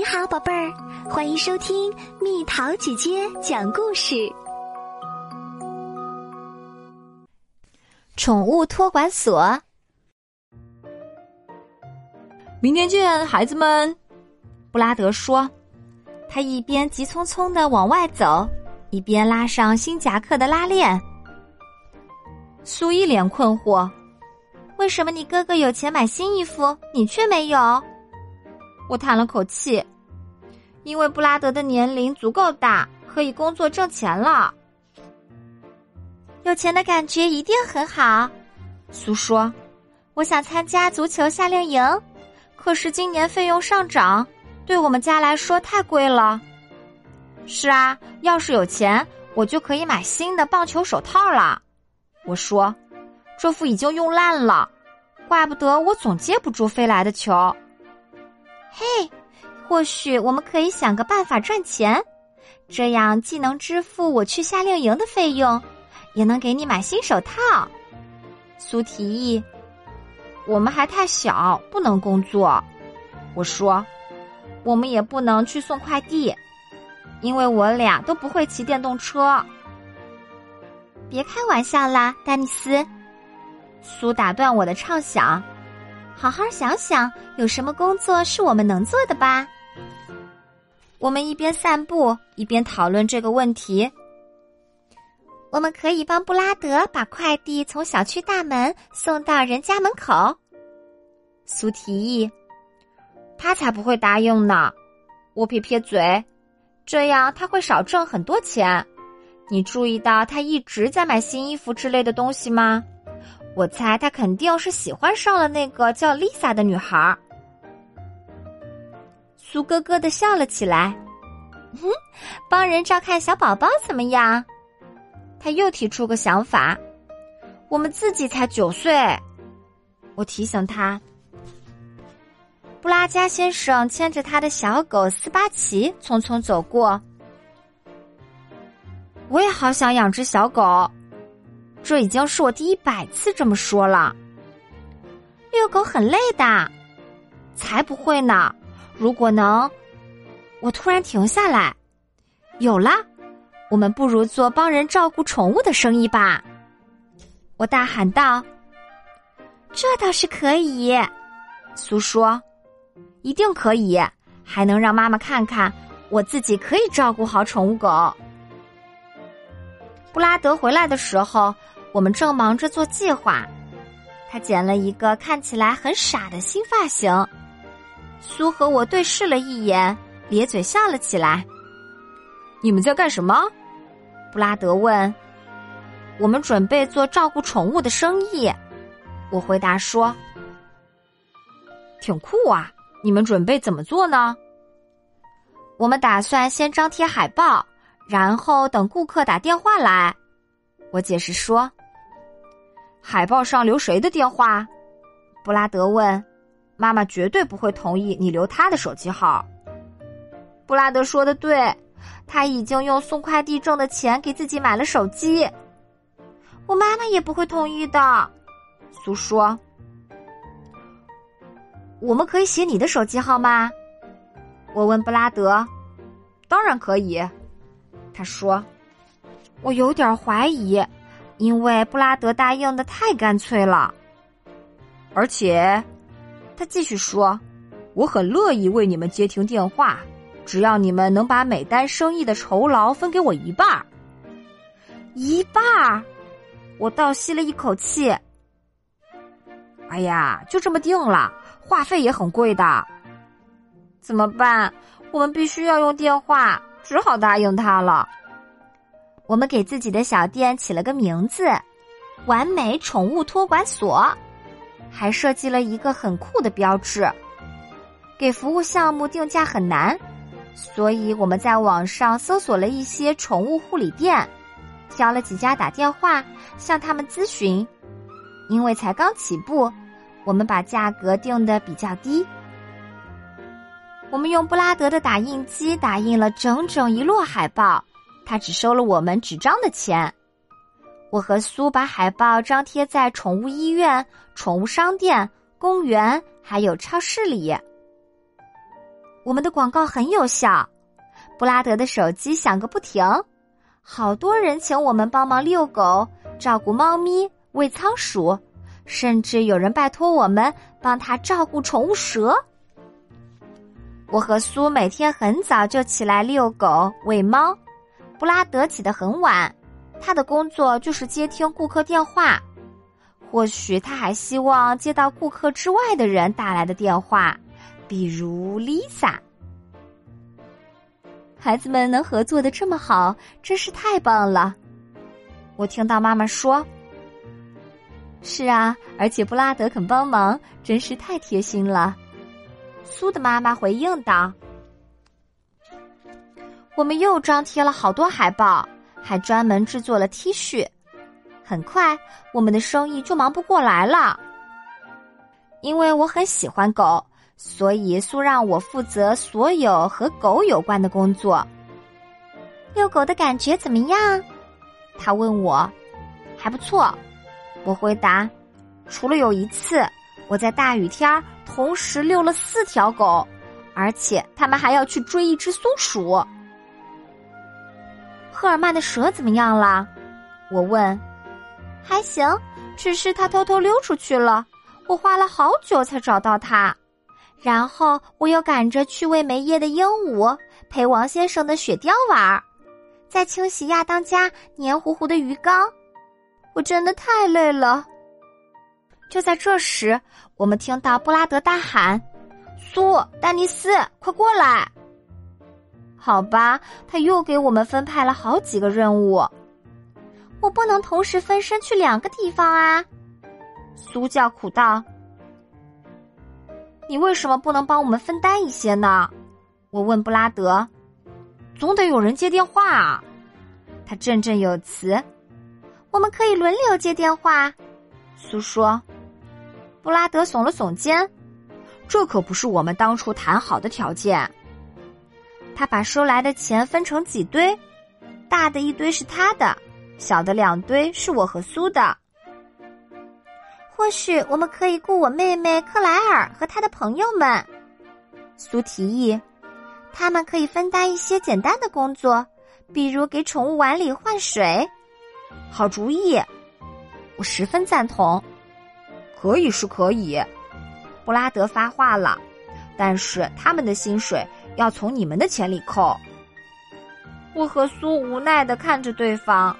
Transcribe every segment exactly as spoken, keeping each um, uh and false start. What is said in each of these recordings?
你好，宝贝儿，欢迎收听蜜桃姐姐讲故事。宠物托管所。 明天见，孩子们。布拉德说，他一边急匆匆地往外走，一边拉上新夹克的拉链。苏一脸困惑，为什么你哥哥有钱买新衣服，你却没有？我叹了口气，因为布拉德的年龄足够大，可以工作挣钱了。有钱的感觉一定很好，苏说，我想参加足球夏令营，可是今年费用上涨，对我们家来说太贵了。是啊，要是有钱，我就可以买新的棒球手套了。我说，这副已经用烂了，怪不得我总接不住飞来的球。嘿，或许我们可以想个办法赚钱，这样既能支付我去夏令营的费用，也能给你买新手套。苏提议，我们还太小，不能工作。我说，我们也不能去送快递，因为我俩都不会骑电动车。别开玩笑啦，丹尼斯。苏打断我的畅想，好好想想有什么工作是我们能做的吧。我们一边散步一边讨论这个问题。我们可以帮布拉德把快递从小区大门送到人家门口。苏提议，他才不会答应呢。我撇撇嘴，这样他会少挣很多钱。你注意到他一直在买新衣服之类的东西吗？我猜他肯定是喜欢上了那个叫丽萨的女孩。苏咯咯地笑了起来，哼，帮人照看小宝宝怎么样？他又提出个想法，我们自己才九岁。我提醒他，布拉加先生牵着他的小狗斯巴奇匆匆走过。我也好想养只小狗，这已经是我第一百次这么说了。遛狗很累的，才不会呢。如果能……我突然停下来，有了，我们不如做帮人照顾宠物的生意吧。我大喊道。这倒是可以，苏说，一定可以，还能让妈妈看看我自己可以照顾好宠物狗。布拉德回来的时候，我们正忙着做计划。他剪了一个看起来很傻的新发型。苏和我对视了一眼，咧嘴笑了起来。你们在干什么？布拉德问。我们准备做照顾宠物的生意，我回答说。挺酷啊，你们准备怎么做呢？我们打算先张贴海报，然后等顾客打电话来。我解释说。海报上留谁的电话？布拉德问。妈妈绝对不会同意你留她的手机号。布拉德说的对，他已经用送快递挣的钱给自己买了手机。我妈妈也不会同意的，苏说。我们可以写你的手机号吗？我问布拉德。当然可以，他说。我有点怀疑，因为布拉德答应的太干脆了。而且，他继续说，我很乐意为你们接听电话，只要你们能把每单生意的酬劳分给我一半儿。一半儿？我倒吸了一口气。哎呀，就这么定了，话费也很贵的。怎么办？我们必须要用电话，只好答应他了。我们给自己的小店起了个名字，完美宠物托管所，还设计了一个很酷的标志。给服务项目定价很难，所以我们在网上搜索了一些宠物护理店，挑了几家打电话向他们咨询。因为才刚起步，我们把价格定得比较低。我们用布拉德的打印机打印了整整一摞海报，他只收了我们纸张的钱。我和苏把海报张贴在宠物医院、宠物商店、公园还有超市里。 我们的广告很有效，布拉德的手机响个不停，好多人请我们帮忙遛狗、照顾猫咪、喂仓鼠，甚至有人拜托我们帮他照顾宠物蛇。我和苏每天很早就起来遛狗、喂猫，布拉德起得很晚，他的工作就是接听顾客电话。或许他还希望接到顾客之外的人打来的电话，比如 Lisa。 孩子们能合作得这么好，真是太棒了。我听到妈妈说，是啊，而且布拉德肯帮忙，真是太贴心了。苏的妈妈回应道。我们又张贴了好多海报，还专门制作了 T 恤。很快，我们的生意就忙不过来了。因为我很喜欢狗，所以苏让我负责所有和狗有关的工作。遛狗的感觉怎么样？他问我。还不错，我回答。除了有一次，我在大雨天同时遛了四条狗，而且他们还要去追一只松鼠。赫尔曼的蛇怎么样了？我问。还行，只是他偷偷溜出去了，我花了好久才找到他。然后我又赶着去喂没叶的鹦鹉，陪王先生的雪貂玩，再清洗亚当家黏糊糊的鱼缸。我真的太累了。就在这时，我们听到布拉德大喊：苏，丹尼斯，快过来！好吧，他又给我们分派了好几个任务。我不能同时分身去两个地方啊！苏叫苦道。你为什么不能帮我们分担一些呢？我问布拉德。总得有人接电话啊！他振振有词。我们可以轮流接电话，苏说。布拉德耸了耸肩。这可不是我们当初谈好的条件。他把收来的钱分成几堆，大的一堆是他的，小的两堆是我和苏的。或许我们可以雇我妹妹克莱尔和她的朋友们，苏提议。他们可以分担一些简单的工作，比如给宠物碗里换水。好主意，我十分赞同。可以是可以，布拉德发话了，但是他们的薪水要从你们的钱里扣。我和苏无奈地看着对方。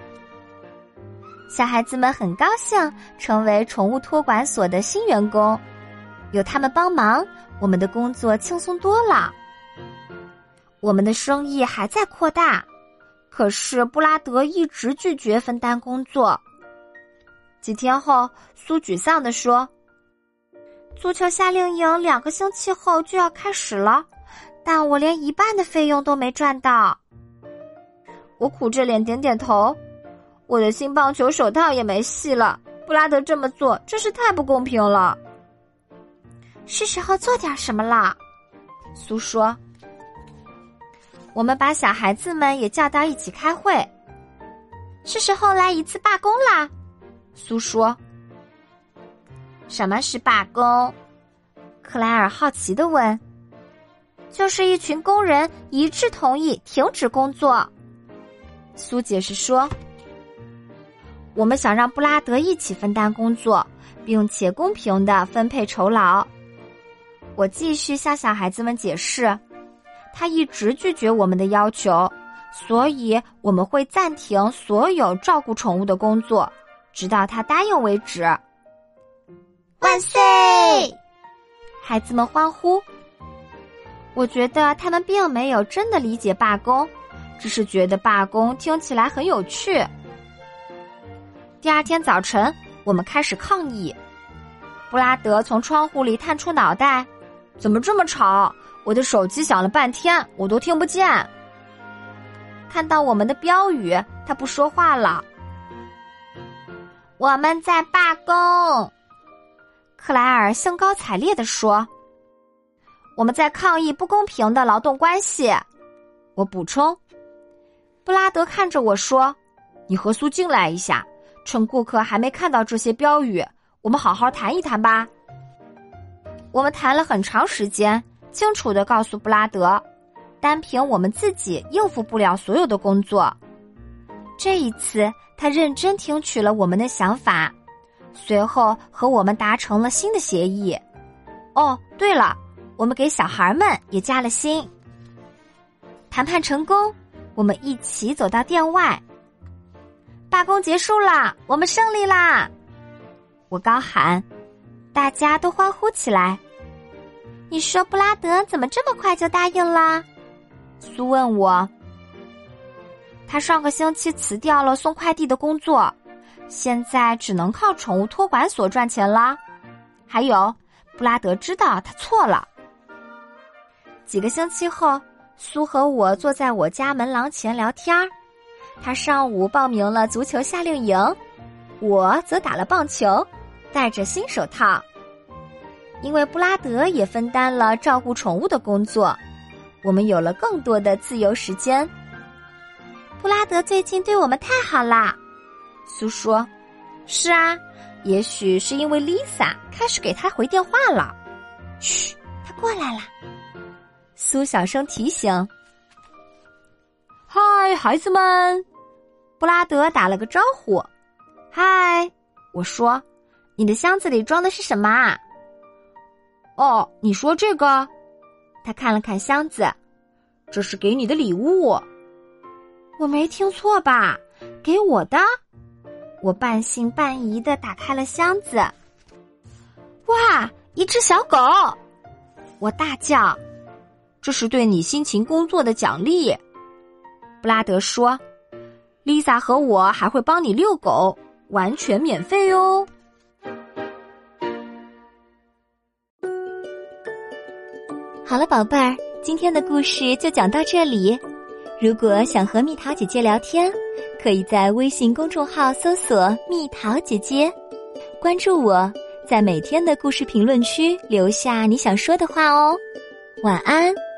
小孩子们很高兴成为宠物托管所的新员工，有他们帮忙，我们的工作轻松多了。我们的生意还在扩大，可是布拉德一直拒绝分担工作。几天后，苏沮丧地说：足球夏令营两个星期后就要开始了，但我连一半的费用都没赚到。我苦着脸点点头。我的新棒球手套也没戏了，布拉德这么做真是太不公平了。是时候做点什么了，苏说。我们把小孩子们也叫到一起开会。是时候来一次罢工啦，苏说。什么是罢工？克莱尔好奇地问。就是一群工人一致同意停止工作，苏解释说。我们想让布拉德一起分担工作，并且公平地分配酬劳。我继续向小孩子们解释，他一直拒绝我们的要求，所以我们会暂停所有照顾宠物的工作，直到他答应为止。万岁！孩子们欢呼。我觉得他们并没有真的理解罢工，只是觉得罢工听起来很有趣。第二天早晨，我们开始抗议。布拉德从窗户里探出脑袋，怎么这么吵？我的手机响了半天，我都听不见。看到我们的标语，他不说话了。我们在罢工，克莱尔兴高采烈地说。我们在抗议不公平的劳动关系，我补充。布拉德看着我说，你和苏进来一下，趁顾客还没看到这些标语，我们好好谈一谈吧。我们谈了很长时间， 清楚地告诉布拉德，单凭我们自己应付不了所有的工作。这一次，他认真听取了我们的想法，随后和我们达成了新的协议。哦，对了，我们给小孩们也加了薪。谈判成功，我们一起走到店外。罢工结束啦，我们胜利啦！我高喊，大家都欢呼起来。你说布拉德怎么这么快就答应啦？苏问我。他上个星期辞掉了送快递的工作，现在只能靠宠物托管所赚钱啦。还有，布拉德知道他错了。几个星期后，苏和我坐在我家门廊前聊天儿。他上午报名了足球夏令营，我则打了棒球，戴着新手套。因为布拉德也分担了照顾宠物的工作，我们有了更多的自由时间。布拉德最近对我们太好啦，苏说。是啊，也许是因为 Lisa 开始给他回电话了。嘘，他过来了。苏小声提醒。嗨，孩子们！布拉德打了个招呼。嗨，我说，你的箱子里装的是什么啊？哦，你说这个？他看了看箱子，这是给你的礼物。我没听错吧？给我的？我半信半疑地打开了箱子。哇，一只小狗！我大叫，这是对你辛勤工作的奖励。布拉德说 ，Lisa 和我还会帮你遛狗，完全免费哦。 好了，宝贝儿，今天的故事就讲到这里。如果想和蜜桃姐姐聊天，可以在微信公众号搜索蜜桃姐姐，关注我，在每天的故事评论区留下你想说的话哦。晚安。